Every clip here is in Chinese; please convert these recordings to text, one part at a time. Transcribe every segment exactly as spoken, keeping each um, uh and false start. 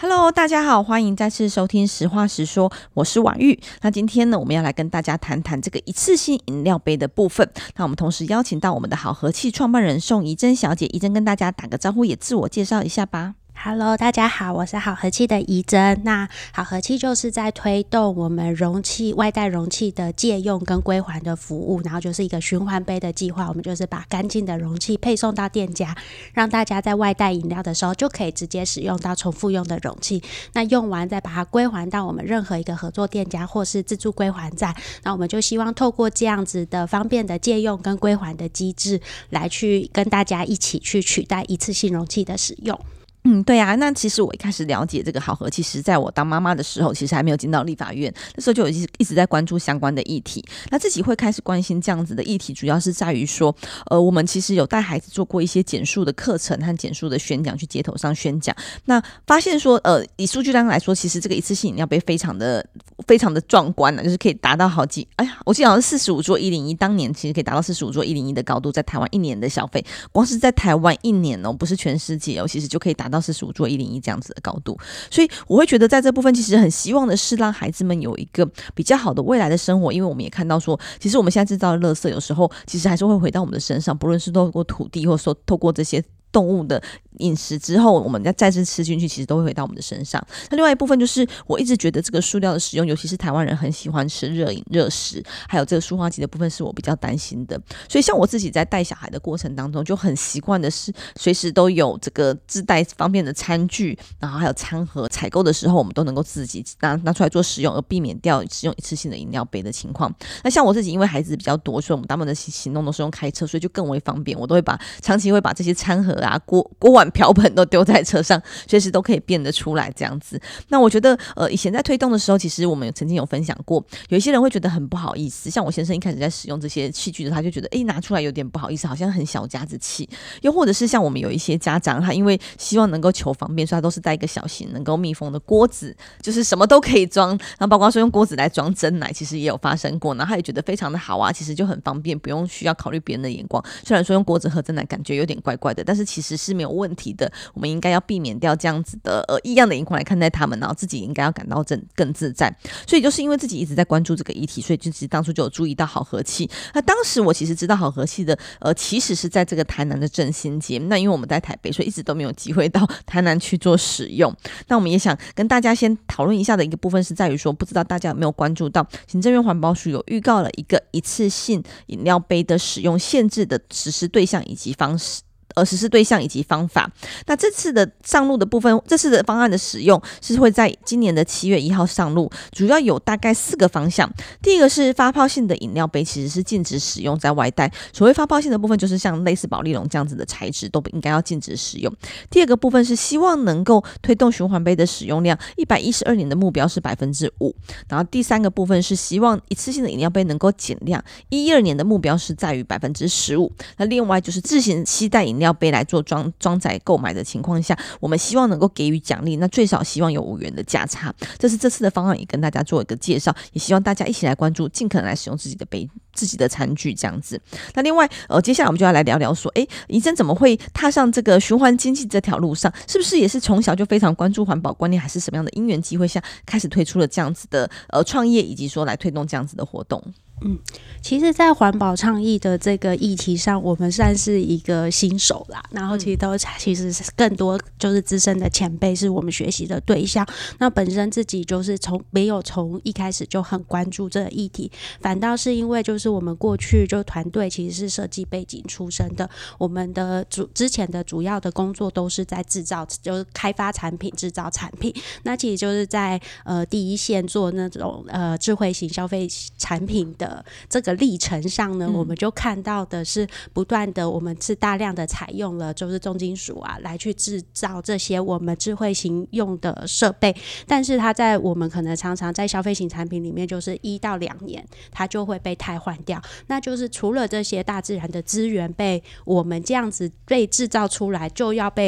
Hello， 大家好，欢迎再次收听实话实说，我是婉玉。那今天呢，我们要来跟大家谈谈这个一次性饮料杯的部分。那我们同时邀请到我们的好和气创办人宋怡珍小姐，怡珍跟大家打个招呼，也自我介绍一下吧。 Hello， 大家好，我是好和气的怡珍。那好和气就是在推动我们容器外带容器的借用跟归还的服务，然后就是一个循环杯的计划。我们就是把干净的容器配送到店家，让大家在外带饮料的时候就可以直接使用到重复用的容器。那用完再把它归还到我们任何一个合作店家或是自助归还站。那我们就希望透过这样子的方便的借用跟归还的机制，来去跟大家一起去取代一次性容器的使用。 嗯，对啊，那其实我一开始了解这个好和气，其实在我当妈妈的时候，其实还没有进到立法院，那时候就有一直在关注相关的议题。那自己会开始关心这样子的议题，主要是在于说，呃，我们其实有带孩子做过一些减塑的课程和减塑的宣讲，去街头上宣讲。那发现说，呃，以数据量来说，其实这个一次性饮料杯非常的非常的壮观呢，就是可以达到好几，哎呀，我记得好像是四十五桌一零一，当年其实可以达到四十五桌一零一的高度，在台湾一年的消费，光是在台湾一年哦，不是全世界哦，其实就可以达到四十五桌一零一这样子的高度。所以我会觉得在这部分其实很希望的是让孩子们有一个比较好的未来的生活，因为我们也看到说，其实我们现在制造的垃圾有时候其实还是会回到我们的身上，不论是透过土地或者说透过这些动物的饮食之后，我们再再次吃进去，其实都会回到我们的身上。那另外一部分就是，我一直觉得这个塑料的使用，尤其是台湾人很喜欢吃热饮、热食，还有这个塑化剂的部分，是我比较担心的。所以像我自己在带小孩的过程当中，就很习惯的是随时都有这个自带方便的餐具，然后还有餐盒，采购的时候我们都能够自己拿拿出来做使用，而避免掉使用一次性的饮料杯的情况。那像我自己，因为孩子比较多，所以我们大部分的行动都是用开车，所以就更为方便。我都会把长期会把这些餐盒啊、锅锅碗瓢盆都丢在车上，随时都可以变得出来这样子。那我觉得，呃，以前在推动的时候，其实我们曾经有分享过，有一些人会觉得很不好意思。像我先生一开始在使用这些器具的，他就觉得，哎，拿出来有点不好意思，好像很小家子气。又或者是像我们有一些家长，他因为希望能够求方便，所以他都是带一个小型能够密封的锅子，就是什么都可以装。然后包括说用锅子来装珍奶，其实也有发生过。然后他也觉得非常的好啊，其实就很方便，不用需要考虑别人的眼光。虽然说用锅子喝珍奶感觉有点怪怪的，但是其实是没有问题的。我们应该要避免掉这样子的呃异样的眼光来看待他们，然后自己应该要感到更更自在。所以就是因为自己一直在关注这个议题，所以就其实当初就有注意到好和气。那当时我其实知道好和气的呃其实是在这个台南的振兴街，那因为我们在台北，所以一直都没有机会到台南去做使用。那我们也想跟大家先讨论一下的一个部分是在于说，不知道大家有没有关注到行政院环保署有预告了一个一次性饮料杯的使用限制的实施对象以及方式。呃，实施对象以及方法。那这次的上路的部分，这次的方案的使用是会在今年的七月一号上路，主要有大概四个方向。第一个是发泡性的饮料杯，其实是禁止使用在外带。所谓发泡性的部分，就是像类似保丽龙这样子的材质，都应该要禁止使用。第二个部分是希望能够推动循环杯的使用量，一百一十二年的目标是百分之五。然后第三个部分是希望一次性的饮料杯能够减量，一一二年的目标是在于百分之十五。那另外就是自行携带饮料杯来做装装载购买的情况下，我们希望能够给予奖励，那最少希望有五元的价差。这是这次的方案，也跟大家做一个介绍，也希望大家一起来关注，尽可能来使用自己的杯、自己的餐具这样子。那另外，呃，接下来我们就要来聊聊说，哎，怡珍怎么会踏上这个循环经济这条路上？是不是也是从小就非常关注环保观念，还是什么样的因缘机会下开始推出了这样子的呃创业，以及说来推动这样子的活动？ 嗯，其实在环保倡议的这个议题上，我们算是一个新手啦，然后其实都其实更多就是资深的前辈是我们学习的对象。那本身自己就是从没有从一开始就很关注这个议题，反倒是因为就是我们过去就团队其实是设计背景出身的，我们的主之前的主要的工作都是在制造，就是开发产品、制造产品。那其实就是在呃第一线做那种呃智慧型消费产品的这个历程上呢，我们就看到的是不断的，我们是大量的采用了就是重金属啊来去制造这些我们智慧型用的设备，但是它在我们可能常常在消费型产品里面就是一到两年它就会被汰换掉。那就是除了这些大自然的资源被我们这样子被制造出来就要被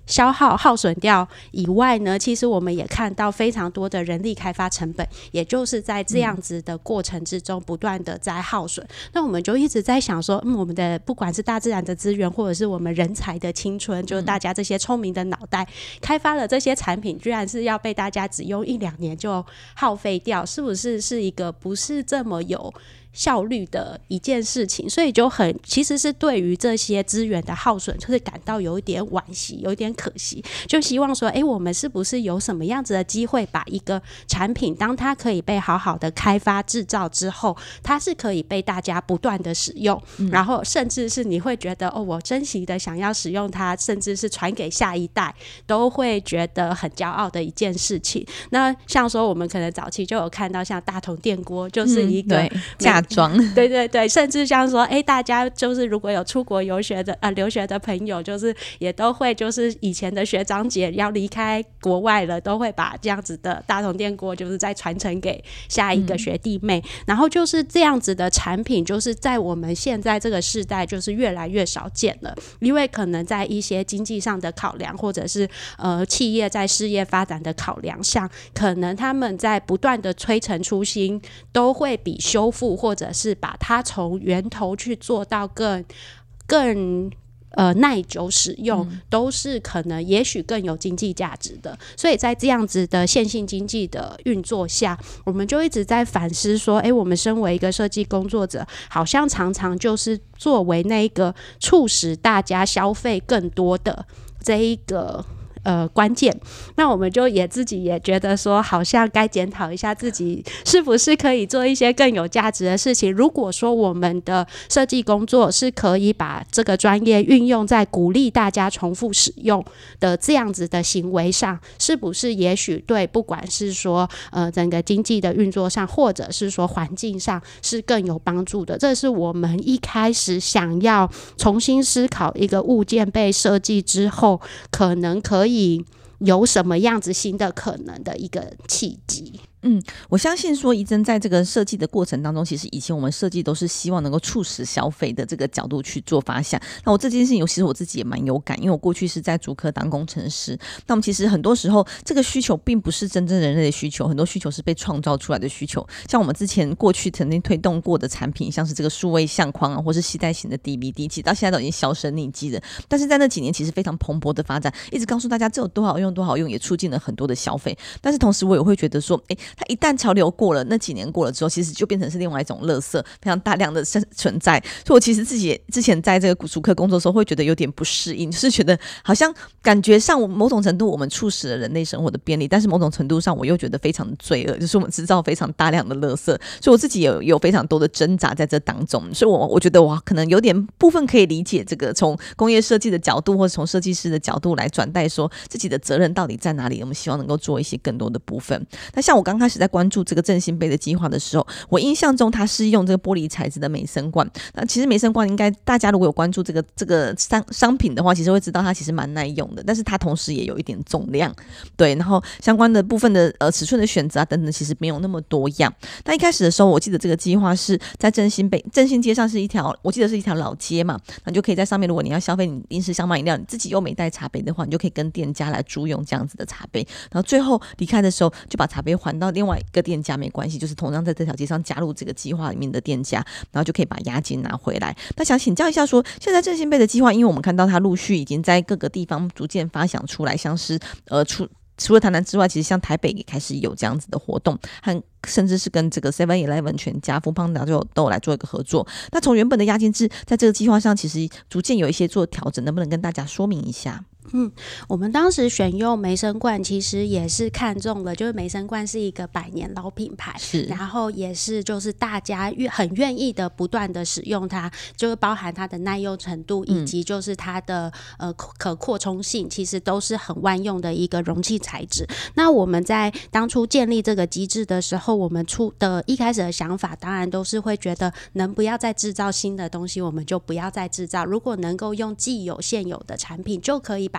消耗耗损掉以外呢，其实我们也看到非常多的人力开发成本，也就是在这样子的过程之中不断的在耗损、嗯、那我们就一直在想说，嗯，我们的不管是大自然的资源或者是我们人才的青春，就是大家这些聪明的脑袋、嗯、开发了这些产品，居然是要被大家只用一两年就耗费掉，是不是是一个不是这么有效率的一件事情，所以就很其实是对于这些资源的耗损就是感到有一点惋惜，有一点可惜，就希望说哎，我们是不是有什么样子的机会把一个产品当它可以被好好的开发制造之后，它是可以被大家不断的使用、嗯、然后甚至是你会觉得哦，我珍惜的想要使用它，甚至是传给下一代，都会觉得很骄傲的一件事情。那像说我们可能早期就有看到像大同电锅就是一个、 嗯、嫁妆， 对对对，甚至像说哎，大家就是如果有出国游学的呃留学的朋友，就是也都会就是以前的学长姐要离开国外了，都会把这样子的大同电锅就是再传承给下一个学弟妹、嗯、然后就是这样子的产品就是在我们现在这个世代就是越来越少见了，因为可能在一些经济上的考量，或者是呃企业在事业发展的考量上，可能他们在不断的推陈出新，都会比修复或者是把它从源头去做到更更呃耐久使用、嗯、都是可能也许更有经济价值的。所以在这样子的线性经济的运作下，我们就一直在反思说，哎，我们身为一个设计工作者，好像常常就是作为那个促使大家消费更多的这一个呃，关键。那我们就也自己也觉得说，好像该检讨一下自己是不是可以做一些更有价值的事情。如果说我们的设计工作是可以把这个专业运用在鼓励大家重复使用的这样子的行为上，是不是也许对不管是说呃整个经济的运作上，或者是说环境上是更有帮助的。这是我们一开始想要重新思考一个物件被设计之后，可能可以有什么样子新的可能的一个契机。 嗯，我相信说怡珍在这个设计的过程当中，其实以前我们设计都是希望能够促使消费的这个角度去做发想。那我这件事情其实我自己也蛮有感，因为我过去是在竹科当工程师。那我们其实很多时候这个需求并不是真正人类的需求，很多需求是被创造出来的需求。像我们之前过去曾经推动过的产品，像是这个数位相框啊，或是携带型的 D V D， 其实到现在都已经销声匿迹了。但是在那几年其实非常蓬勃的发展，一直告诉大家这有多好用多好用，也促进了很多的消费。但是同时我也会觉得说，诶，它一旦潮流过了，那几年过了之后，其实就变成是另外一种垃圾，非常大量的存在。所以我其实自己也之前在这个竹科工作的时候，会觉得有点不适应，就是觉得好像感觉上某种程度我们促使了人类生活的便利，但是某种程度上我又觉得非常的罪恶，就是我们制造非常大量的垃圾。所以我自己也 有, 有非常多的挣扎在这当中。所以我我觉得我可能有点部分可以理解这个从工业设计的角度，或者从设计师的角度来转带说自己的责任到底在哪里，我们希望能够做一些更多的部分。那像我刚开始在关注这个振兴杯的计划的时候，我印象中它是用这个玻璃材质的美声罐。那其实美声罐应该大家如果有关注这个这个 商, 商品的话，其实会知道它其实蛮耐用的，但是它同时也有一点重量，对，然后相关的部分的呃尺寸的选择啊等等，其实没有那么多样。那一开始的时候，我记得这个计划是在振兴杯振兴街上是一条，我记得是一条老街嘛，那你就可以在上面，如果你要消费你临时想买饮料，你自己又没带茶杯的话，你就可以跟店家来租用这样子的茶杯，然后最后离开的时候就把茶杯还到另外一个店家，没关系，就是同样在这条街上加入这个计划里面的店家，然后就可以把押金拿回来。那想请教一下说，现在振兴杯的计划，因为我们看到它陆续已经在各个地方逐渐发想出来，像是呃出除了台南之外，其实像台北也开始有这样子的活动，和甚至是跟这个 seven eleven 全家富邦达就都有来做一个合作。那从原本的押金制在这个计划上其实逐渐有一些做调整，能不能跟大家说明一下？ 嗯，我们当时选用梅森罐其实也是看中了，就是梅森罐是一个百年老品牌，是，然后也是就是大家很愿意的不断的使用它，就是包含它的耐用程度以及就是它的、嗯、呃可扩充性，其实都是很万用的一个容器材质。那我们在当初建立这个机制的时候，我们出的一开始的想法当然都是会觉得能不要再制造新的东西我们就不要再制造，如果能够用既有现有的产品就可以把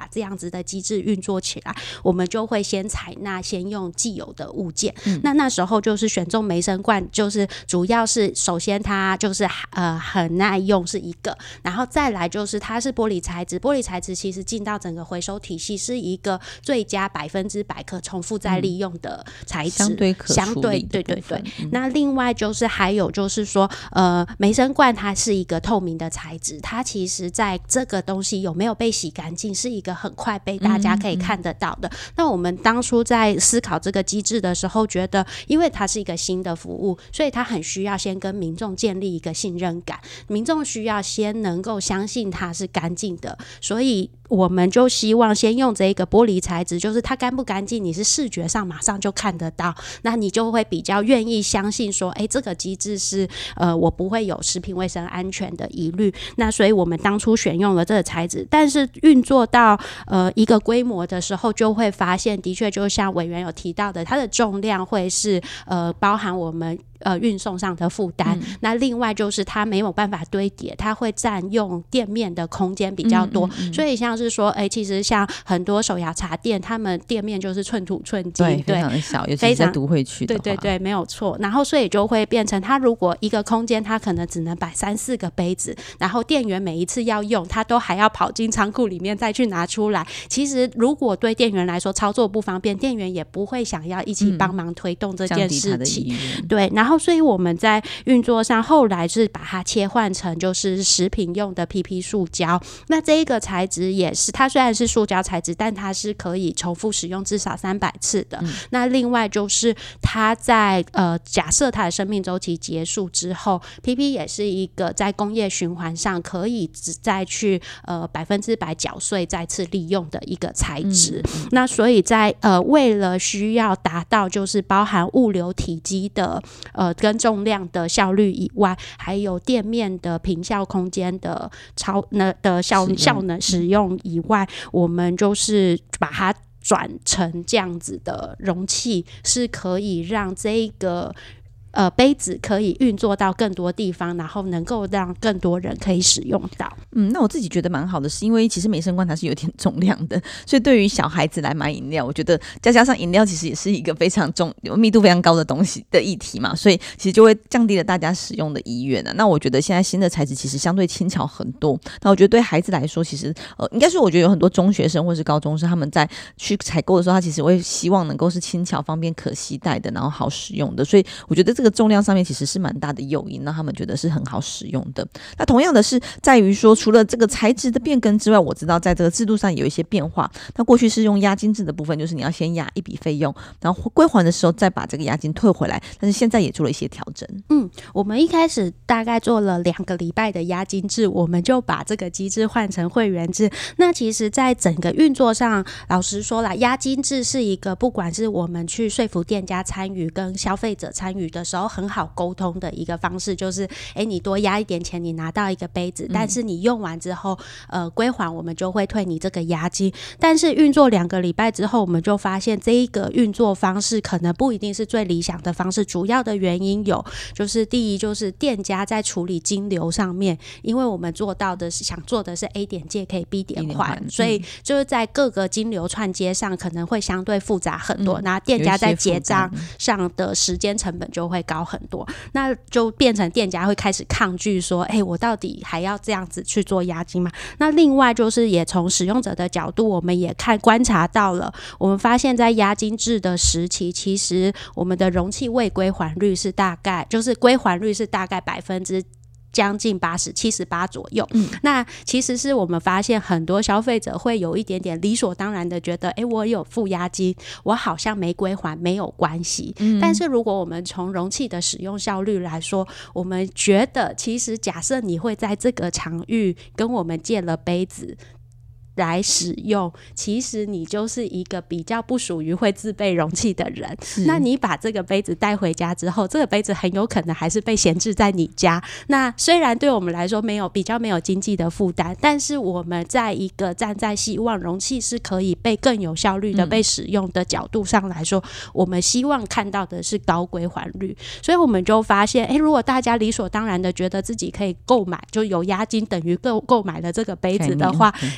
把这样子的机制运作起来，我们就会先采纳先用既有的物件、嗯、那那时候就是选中梅生罐，就是主要是首先它就是呃很耐用是一个，然后再来就是它是玻璃材质，玻璃材质其实进到整个回收体系是一个最佳百分之百可重复再利用的材质、嗯、 相对可处理的对对对、 嗯、 那另外就是还有就是说呃梅生罐它是一个透明的材质，它其实在这个东西有没有被洗干净是一个很快被大家可以看得到的、嗯嗯、那我们当初在思考这个机制的时候，觉得因为它是一个新的服务，所以它很需要先跟民众建立一个信任感，民众需要先能够相信它是干净的，所以我们就希望先用这个玻璃材质，就是它干不干净你是视觉上马上就看得到，那你就会比较愿意相信说哎，这个机制是呃我不会有食品卫生安全的疑虑，那所以我们当初选用了这个材质，但是运作到呃一个规模的时候，就会发现的确就像委员有提到的，它的重量会是呃包含我们呃运送上的负担、嗯、那另外就是它没有办法堆叠，它会占用店面的空间比较多、嗯嗯嗯、所以像是说哎，其实像很多手摇茶店他们店面就是寸土寸金， 对，非常的小，尤其是在都会区的话， 对对对，没有错，然后所以就会变成它如果一个空间它可能只能摆三四个杯子，然后店员每一次要用他都还要跑进仓库里面再去拿出来，其实如果对店员来说操作不方便，店员也不会想要一起帮忙推动这件事情、嗯、对，然后所以我们在运作上后来是把它切换成就是食品用的 P P 塑胶，那这一个材质也是它虽然是塑胶材质，但它是可以重复使用至少三百次的、嗯、那另外就是它在呃假设它的生命周期结束之后， P P 也是一个在工业循环上可以再去呃百分之百搅碎再次利用的一个材质、嗯、那所以在呃为了需要达到就是包含物流体积的呃跟重量的效率以外，还有店面的坪效空间的超的效效能使用以外，我们就是把它转成这样子的容器，是可以让这个呃杯子可以运作到更多地方，然后能够让更多人可以使用到。 嗯，那我自己觉得蛮好的，是因为其实梅生罐它是有点重量的，所以对于小孩子来买饮料，我觉得再加上饮料其实也是一个非常重密度非常高的东西的议题嘛，所以其实就会降低了大家使用的意愿啊。那我觉得现在新的材质其实相对轻巧很多，那我觉得对孩子来说，其实呃应该说我觉得有很多中学生或是高中生，他们在去采购的时候，他其实会希望能够是轻巧、方便、可携带的，然后好使用的，所以我觉得这个重量上面其实是蛮大的诱因，让他们觉得是很好使用的。那同样的是在于说，除了这个材质的变更之外，我知道在这个制度上有一些变化。那过去是用押金制的部分，就是你要先押一笔费用，然后归还的时候再把这个押金退回来，但是现在也做了一些调整。 嗯，我们一开始大概做了两个礼拜的押金制，我们就把这个机制换成会员制。那其实在整个运作上，老实说啦，押金制是一个不管是我们去说服店家参与跟消费者参与的时候很好沟通的一个方式，就是哎，你多押一点钱，你拿到一个杯子，但是你用完之后呃归还，我们就会退你这个押金。但是运作两个礼拜之后，我们就发现这一个运作方式可能不一定是最理想的方式，主要的原因有就是第一就是店家在处理金流上面，因为我们做到的是想做的是 A 点借可以 B 点还，所以就是在各个金流串接上可能会相对复杂很多，那、嗯、店家在结账上的时间成本就会高很多，那就变成店家会开始抗拒说哎、欸，我到底还要这样子去做押金吗？那另外就是也从使用者的角度，我们也看观察到了，我们发现在押金制的时期，其实我们的容器未归还率是大概就是归还率是大概百分之将近八十七十八左右、嗯、那其实是我们发现很多消费者会有一点点理所当然的觉得哎，我有付押金，我好像没归还没有关系、嗯、但是如果我们从容器的使用效率来说，我们觉得其实假设你会在这个场域跟我们借了杯子来使用，其实你就是一个比较不属于会自备容器的人，那你把这个杯子带回家之后，这个杯子很有可能还是被闲置在你家，那虽然对我们来说没有比较没有经济的负担，但是我们在一个站在希望容器是可以被更有效率的被使用的角度上来说、嗯、我们希望看到的是高归还率，所以我们就发现诶，如果大家理所当然的觉得自己可以购买就有押金等于购购买了这个杯子的话，其实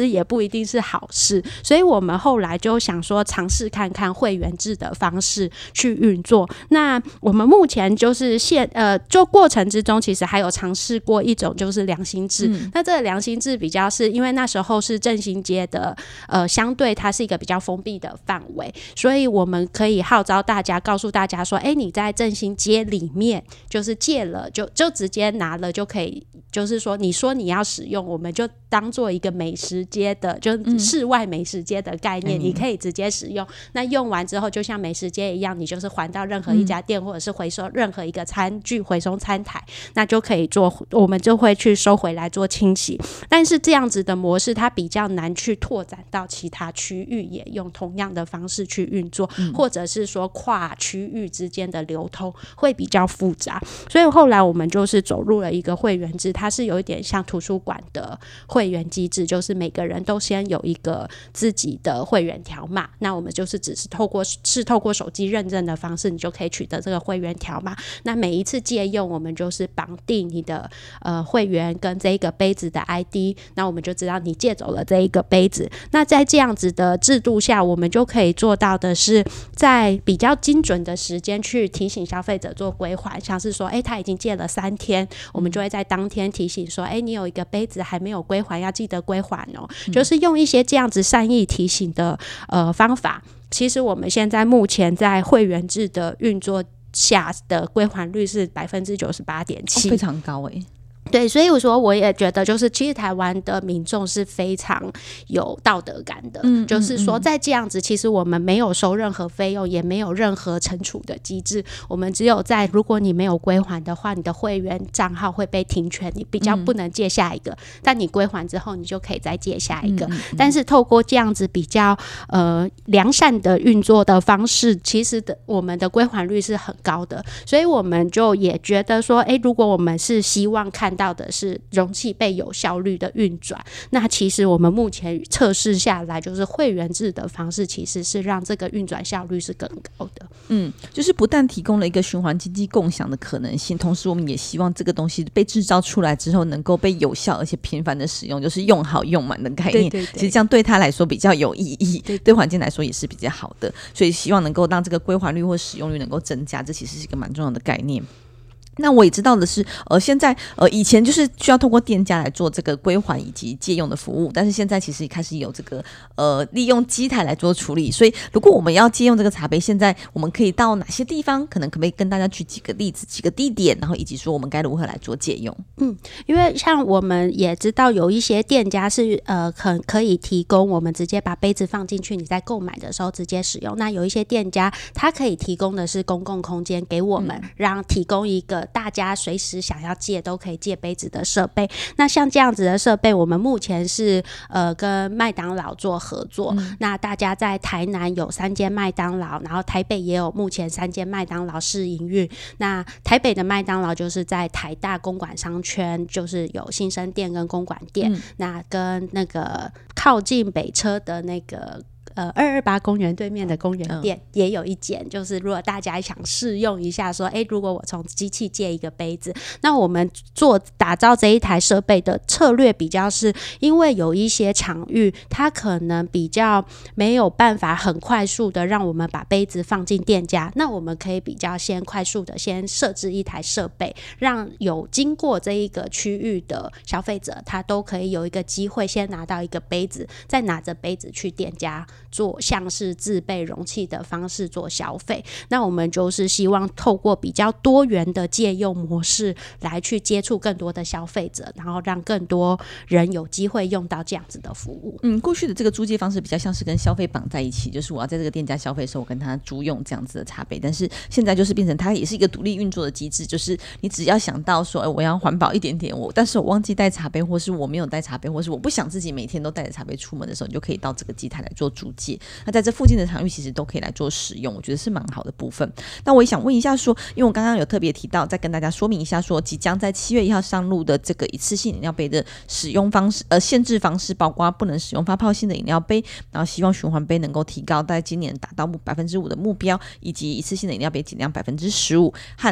实也不一定是好事，所以我们后来就想说尝试看看会员制的方式去运作。那我们目前就是现呃，就过程之中其实还有尝试过一种就是良心制、嗯、那这个良心制比较是因为那时候是振兴街的呃，相对它是一个比较封闭的范围，所以我们可以号召大家告诉大家说，哎，你在振兴街里面就是借了就就直接拿了就可以，就是说你说你要使用，我们就当做一个美食街的就室外美食街的概念、嗯、你可以直接使用，那用完之后就像美食街一样，你就是还到任何一家店、嗯、或者是回收任何一个餐具回收餐台，那就可以做，我们就会去收回来做清洗。但是这样子的模式它比较难去拓展到其他区域也用同样的方式去运作、嗯、或者是说跨区域之间的流通会比较复杂，所以后来我们就是走入了一个会员制，它是有一点像图书馆的会员机制，就是每个人都先有一个自己的会员条码，那我们就是只是透过是透过手机认证的方式，你就可以取得这个会员条码，那每一次借用我们就是绑定你的呃会员跟这一个杯子的 I D， 那我们就知道你借走了这一个杯子。那在这样子的制度下，我们就可以做到的是在比较精准的时间去提醒消费者做归还，像是说哎，他已经借了三天，我们就会在当天提醒说哎，你有一个杯子还没有归还，要记得归还哦、嗯、就是用一些这样子善意提醒的呃方法。其实我们现在目前在会员制的运作下的归还率是 百分之九十八点七、 哦、非常高耶。 对，所以我说我也觉得就是其实台湾的民众是非常有道德感的、嗯、就是说在这样子其实我们没有收任何费用，也没有任何惩处的机制，我们只有在如果你没有归还的话，你的会员账号会被停权，你比较不能借下一个、嗯、但你归还之后你就可以再借下一个、嗯嗯嗯、但是透过这样子比较呃良善的运作的方式，其实的我们的归还率是很高的，所以我们就也觉得说哎，如果我们是希望看到的是容器被有效率的运转，那其实我们目前测试下来就是会员制的方式其实是让这个运转效率是更高的。 嗯，就是不但提供了一个循环经济共享的可能性，同时我们也希望这个东西被制造出来之后能够被有效而且频繁的使用，就是用好用满的概念。对对对，其实这样对他来说比较有意义， 对, 对环境来说也是比较好的，所以希望能够让这个归还率或使用率能够增加，这其实是一个蛮重要的概念。那我也知道的是呃，现在呃，以前就是需要透过店家来做这个归还以及借用的服务，但是现在其实开始有这个呃，利用机台来做处理，所以如果我们要借用这个茶杯，现在我们可以到哪些地方，可能可不可以跟大家举几个例子几个地点，然后以及说我们该如何来做借用。 嗯，因为像我们也知道有一些店家是呃可可以提供我们直接把杯子放进去，你在购买的时候直接使用，那有一些店家它可以提供的是公共空间给我们、嗯、让提供一个大家随时想要借都可以借杯子的设备。那像这样子的设备我们目前是呃跟麦当劳做合作、嗯、那大家在台南有三间麦当劳，然后台北也有目前三间麦当劳试营运。那台北的麦当劳就是在台大公馆商圈，就是有新生店跟公馆店、嗯、那跟那个靠近北车的那个呃，二二八公园对面的公园店也有一间、嗯、就是如果大家想试用一下说哎，如果我从机器借一个杯子，那我们做打造这一台设备的策略比较是因为有一些场域它可能比较没有办法很快速的让我们把杯子放进店家，那我们可以比较先快速的先设置一台设备，让有经过这一个区域的消费者他都可以有一个机会先拿到一个杯子，再拿着杯子去店家做像是自备容器的方式做消费。那我们就是希望透过比较多元的借用模式来去接触更多的消费者，然后让更多人有机会用到这样子的服务。 嗯，过去的这个租借方式比较像是跟消费绑在一起，就是我要在这个店家消费的时候我跟他租用这样子的茶杯，但是现在就是变成它也是一个独立运作的机制，就是你只要想到说、欸、我要环保一点点，我但是我忘记带茶杯，或是我没有带茶杯，或是我不想自己每天都带着茶杯出门的时候，你就可以到这个机台来做租借。那在这附近的场域其实都可以来做使用，我觉得是蛮好的部分。那我也想问一下说，因为我刚刚有特别提到，再跟大家说明一下说，即将在七月一号上路的这个一次性饮料杯的使用方式呃限制方式，包括不能使用发泡性的饮料杯，然后希望循环杯能够提高在今年达到百分之五的目标，以及一次性的饮料杯尽量百分之十五，和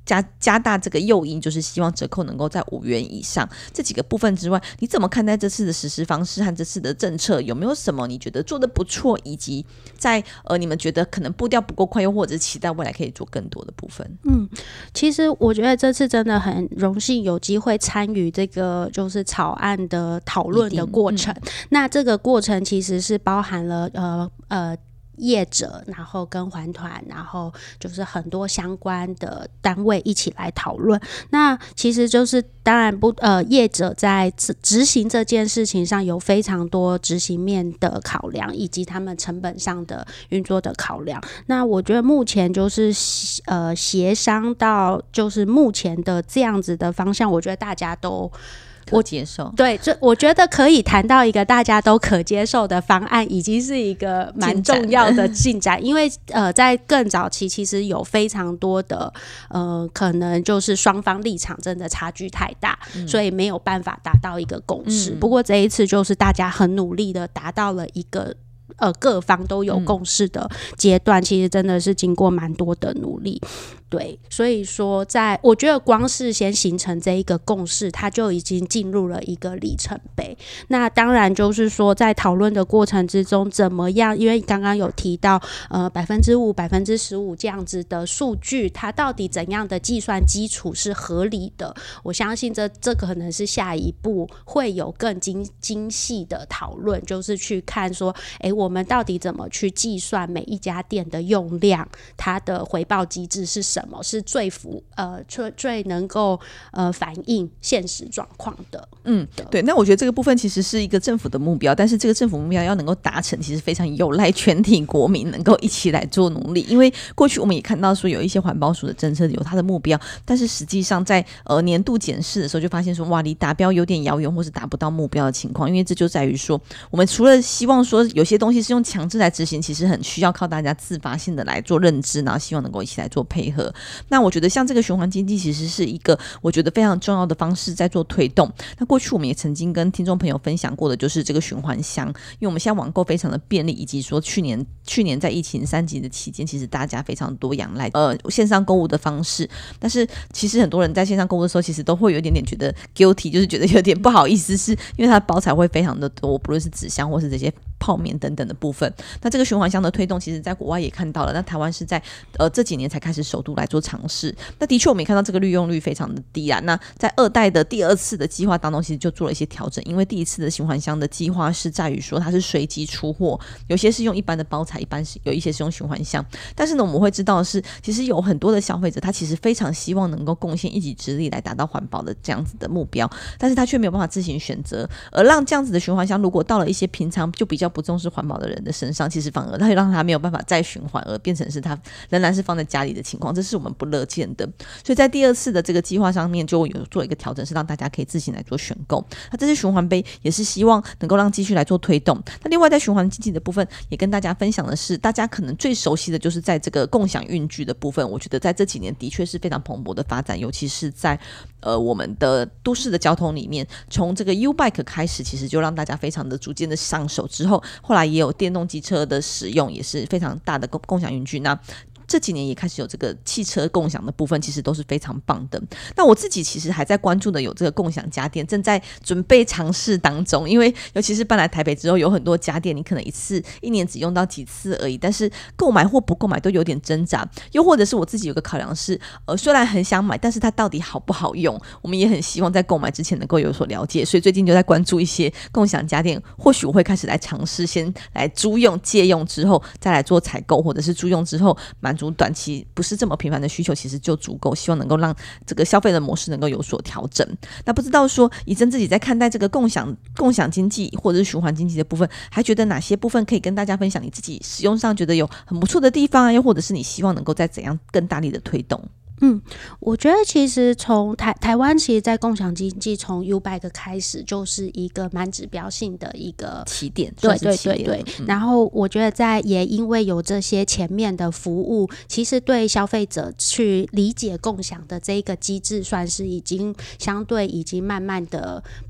加加大这个诱因，就是希望折扣能够在五元以上。这几个部分之外，你怎么看待这次的实施方式和这次的政策？有没有什么你觉得做得不错，以及在呃你们觉得可能步调不够快，又或者是期待未来可以做更多的部分？ 嗯，其实我觉得这次真的很荣幸有机会参与这个就是草案的讨论的过程。嗯、那这个过程其实是包含了呃呃。业者，然后跟环团，然后就是很多相关的单位一起来讨论。那其实就是当然不呃，业者在执行这件事情上有非常多执行面的考量，以及他们成本上的运作的考量。那我觉得目前就是呃协商到就是目前的这样子的方向，我觉得大家都。 我接受， 对，这我觉得可以谈到一个大家都可接受的方案，已经是一个蛮重要的进展。因为呃，在更早期，其实有非常多的呃，可能就是双方立场真的差距太大，嗯、所以没有办法达到一个共识。嗯、不过这一次，就是大家很努力的达到了一个。呃，各方都有共识的阶段，嗯、其实真的是经过蛮多的努力，对，所以说在，在我觉得光是先形成这一个共识，它就已经进入了一个里程碑。那当然就是说，在讨论的过程之中，怎么样？因为刚刚有提到，呃，百分之五、百分之十五这样子的数据，它到底怎样的计算基础是合理的？我相信这这可能是下一步会有更精精细的讨论，就是去看说，哎，我。我们到底怎么去计算每一家店的用量？它的回报机制是什么？是最符呃最最能够呃反映现实状况的。 嗯，对。那我觉得这个部分其实是一个政府的目标，但是这个政府目标要能够达成，其实非常有赖全体国民能够一起来做努力。因为过去我们也看到说有一些环保署的政策有它的目标，但是实际上在呃年度检视的时候就发现说，哇，离达标有点遥远，或是达不到目标的情况。因为这就在于说，我们除了希望说有些东西是用强制来执行，其实很需要靠大家自发性的来做认知，然后希望能够一起来做配合。那我觉得像这个循环经济其实是一个我觉得非常重要的方式在做推动。那过去我们也曾经跟听众朋友分享过的就是这个循环箱，因为我们现在网购非常的便利，以及说去年去年在疫情三级的期间，其实大家非常多仰赖呃线上购物的方式，但是其实很多人在线上购物的时候其实都会有一点点觉得 guilty， 就是觉得有点不好意思，是因为它的包材会非常的多，不论是纸箱或是这些泡面等等的部分。那这个循环箱的推动其实在国外也看到了，那台湾是在呃这几年才开始首度来做尝试。那的确我们也看到这个利用率非常的低啊。那在二代的第二次的计划当中其实就做了一些调整，因为第一次的循环箱的计划是在于说它是随机出货，有些是用一般的包材，一般是有一些是用循环箱。但是呢我们会知道的是，其实有很多的消费者他其实非常希望能够贡献一己之力来达到环保的这样子的目标，但是他却没有办法自行选择，而让这样子的循环箱如果到了一些平常就比较不重视环保的人的身上，其实反而它会让他没有办法再循环，而变成是他仍然是放在家里的情况，这是我们不乐见的。所以在第二次的这个计划上面就有做一个调整，是让大家可以自行来做选购。那这些循环杯也是希望能够让继续来做推动。那另外在循环经济的部分也跟大家分享的是，大家可能最熟悉的就是在这个共享运具的部分，我觉得在这几年的确是非常蓬勃的发展，尤其是在呃我们的都市的交通里面，从这个 U-Bike 开始其实就让大家非常的逐渐的上手，之后后来也有电动机车的使用，也是非常大的共共享运具。那这几年也开始有这个汽车共享的部分，其实都是非常棒的。那我自己其实还在关注的有这个共享家电，正在准备尝试当中。因为尤其是搬来台北之后，有很多家电你可能一次一年只用到几次而已，但是购买或不购买都有点挣扎。又或者是我自己有个考量是，呃，虽然很想买，但是它到底好不好用，我们也很希望在购买之前能够有所了解。所以最近就在关注一些共享家电，或许我会开始来尝试，先来租用借用之后再来做采购，或者是租用之后满足短期不是这么频繁的需求，其实就足够，希望能够让这个消费的模式能够有所调整。那不知道说怡珍自己在看待这个共享共享经济或者是循环经济的部分，还觉得哪些部分可以跟大家分享你自己使用上觉得有很不错的地方啊，又或者是你希望能够再怎样更大力的推动？ 嗯，我觉得其实从台台湾，其实在共享经济从 U-Bike 开始就是一个蛮指标性的一个起点， 对对对对。嗯、然后我觉得在也因为有这些前面的服务，其实对消费者去理解共享的这一个机制，算是已经相对已经慢慢的不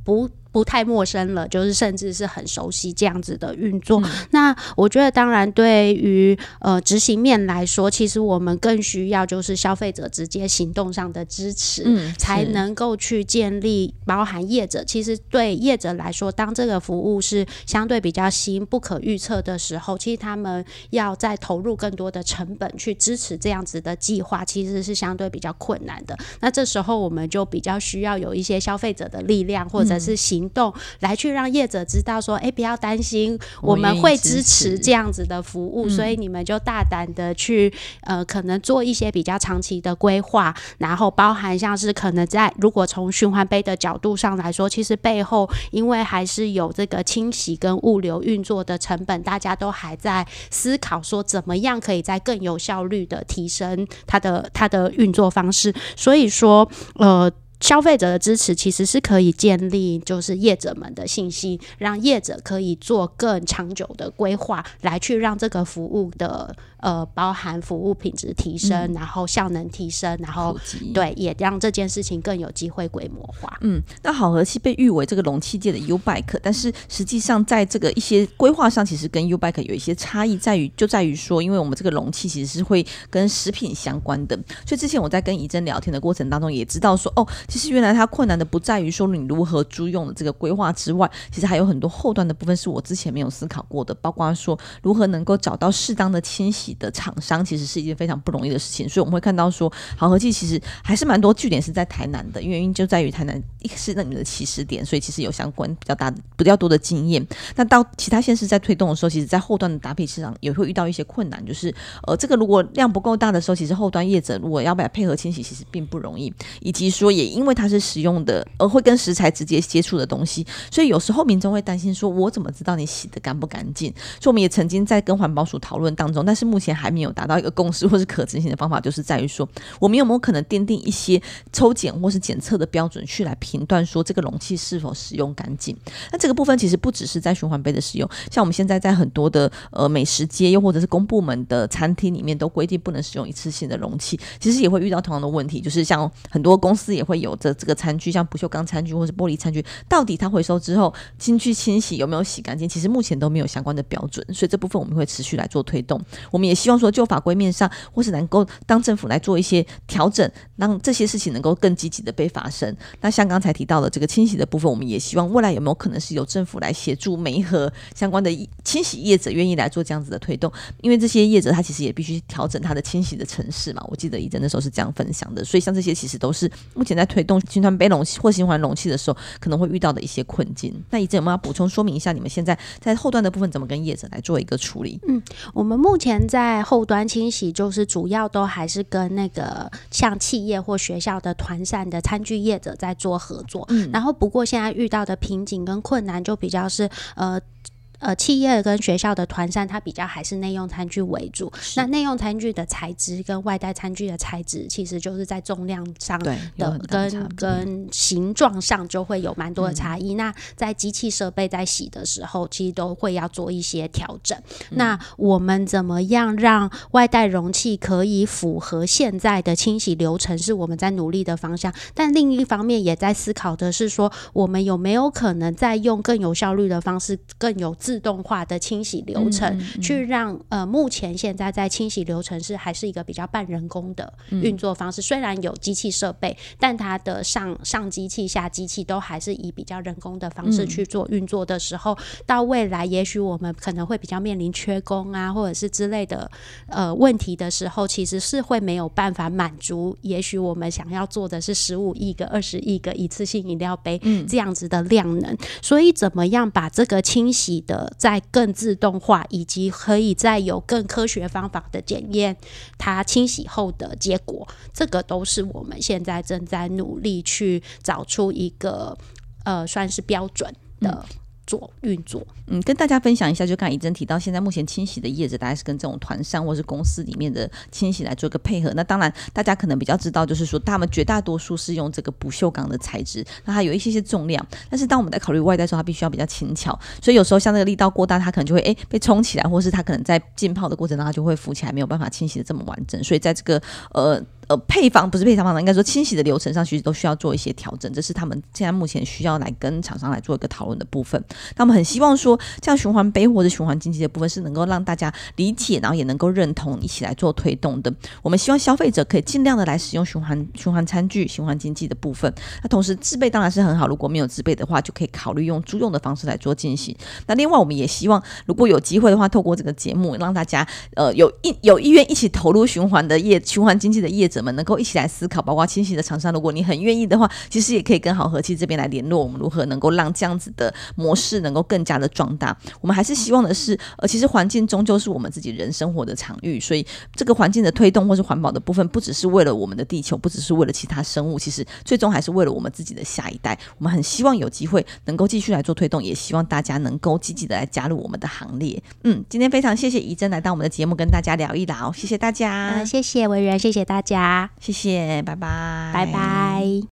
不太陌生了，就是甚至是很熟悉这样子的运作。嗯、那我觉得当然对于呃执行面来说，其实我们更需要就是消费者直接行动上的支持，嗯、才能够去建立包含业者。其实对业者来说，当这个服务是相对比较新不可预测的时候，其实他们要再投入更多的成本去支持这样子的计划，其实是相对比较困难的。那这时候我们就比较需要有一些消费者的力量，或者是行动来去让业者知道说，哎，不要担心，我们会支持这样子的服务，嗯、所以你们就大胆的去呃，可能做一些比较长期的规划，然后包含像是可能在如果从循环杯的角度上来说，其实背后因为还是有这个清洗跟物流运作的成本，大家都还在思考说怎么样可以在更有效率的提升它的它的运作方式，所以说呃。消费者的支持其实是可以建立就是业者们的信心，让业者可以做更长久的规划，来去让这个服务的呃包含服务品质提升，嗯、然后效能提升，然后对也让这件事情更有机会规模化。 嗯，那好和气被誉为这个容器界的 U-Bike， 但是实际上在这个一些规划上，其实跟 U-Bike 有一些差异，在于就在于说，因为我们这个容器其实是会跟食品相关的，所以之前我在跟怡珍聊天的过程当中，也知道说哦。其实原来它困难的不在于说你如何租用的这个规划之外，其实还有很多后端的部分是我之前没有思考过的，包括说如何能够找到适当的清洗的厂商，其实是一件非常不容易的事情。所以我们会看到说好和气其实还是蛮多据点是在台南的，原因就在于台南是那你们的起始点，所以其实有相关比较大的比较多的经验。那到其他县市在推动的时候，其实在后端的搭配市场也会遇到一些困难，就是呃这个如果量不够大的时候，其实后端业者如果要不要配合清洗，其实并不容易，以及说也因为它是使用的而会跟食材直接接触的东西，所以有时候民众会担心说我怎么知道你洗得干不干净，所以我们也曾经在跟环保署讨论当中，但是目前还没有达到一个共识或是可执行的方法，就是在于说我们有没有可能奠定一些抽检或是检测的标准去来评断说这个容器是否使用干净。那这个部分其实不只是在循环杯的使用，像我们现在在很多的呃美食街又或者是公部门的餐厅里面都规定不能使用一次性的容器，其实也会遇到同样的问题，就是像很多公司也会有着这个餐具，像不锈钢餐具或是玻璃餐具，到底它回收之后进去清洗有没有洗干净，其实目前都没有相关的标准，所以这部分我们会持续来做推动。我们也希望说就法规面上或是能够当政府来做一些调整，让这些事情能够更积极的被发生。那像刚才提到的这个清洗的部分，我们也希望未来有没有可能是由政府来协助每一盒相关的清洗业者愿意来做这样子的推动，因为这些业者他其实也必须调整他的清洗的程式嘛，我记得怡珍那时候是这样分享的，所以像这些其实都是目前在推动循环杯容器或循环容器的时候可能会遇到的一些困境。那怡珍有没有要补充说明一下你们现在在后端的部分怎么跟业者来做一个处理？ 嗯，我们目前在后端清洗就是主要都还是跟那个像企业或学校的团膳的餐具业者在做合作，嗯、然后不过现在遇到的瓶颈跟困难就比较是呃呃，企业跟学校的团膳，它比较还是内用餐具为主。那内用餐具的材质跟外带餐具的材质，其实就是在重量上的跟跟形状上就会有蛮多的差异。嗯、那在机器设备在洗的时候，其实都会要做一些调整。嗯、那我们怎么样让外带容器可以符合现在的清洗流程，是我们在努力的方向。但另一方面，也在思考的是说，我们有没有可能再用更有效率的方式，更有自动化的清洗流程，嗯嗯嗯、去让呃目前现在在清洗流程是还是一个比较半人工的运作方式。嗯、虽然有机器设备，但它的上上机器下机器都还是以比较人工的方式去做运作的时候，嗯、到未来也许我们可能会比较面临缺工啊，或者是之类的呃问题的时候，其实是会没有办法满足。也许我们想要做的是十五亿个、二十亿个一次性饮料杯这样子的量能，嗯、所以怎么样把这个清洗的再更自动化，以及可以再有更科学方法的检验它清洗后的结果，这个都是我们现在正在努力去找出一个呃算是标准的做运作。 嗯，跟大家分享一下，就刚才怡珍提到，现在目前清洗的业者大概是跟这种团商或是公司里面的清洗来做一个配合。那当然大家可能比较知道，就是说他们绝大多数是用这个不锈钢的材质，那它有一些些重量，但是当我们在考虑外带的时候，它必须要比较轻巧，所以有时候像这个力道过大，它可能就会哎被冲起来，或是它可能在浸泡的过程中它就会浮起来，没有办法清洗的这么完整。所以在这个呃呃配方不是配方应该说清洗的流程上其实都需要做一些调整，这是他们现在目前需要来跟厂商来做一个讨论的部分。那我们很希望说这样循环杯或者循环经济的部分是能够让大家理解，然后也能够认同，一起来做推动的。我们希望消费者可以尽量的来使用循环循环餐具、循环经济的部分。那同时自备当然是很好，如果没有自备的话，就可以考虑用租用的方式来做进行。那另外我们也希望如果有机会的话，透过这个节目让大家呃有意有意愿一起投入循环的业循环经济的业者们能够一起来思考，包括清洗的厂商，如果你很愿意的话，其实也可以跟好和气这边来联络，我们如何能够让这样子的模式能够更加的壮大。我们还是希望的是呃，其实环境终究是我们自己人生活的场域，所以这个环境的推动或是环保的部分不只是为了我们的地球，不只是为了其他生物，其实最终还是为了我们自己的下一代。我们很希望有机会能够继续来做推动，也希望大家能够积极的来加入我们的行列。嗯，今天非常谢谢怡珍来到我们的节目跟大家聊一聊，谢谢大家、 呃、谢谢维园，谢谢大家， 谢谢，拜拜， 拜拜。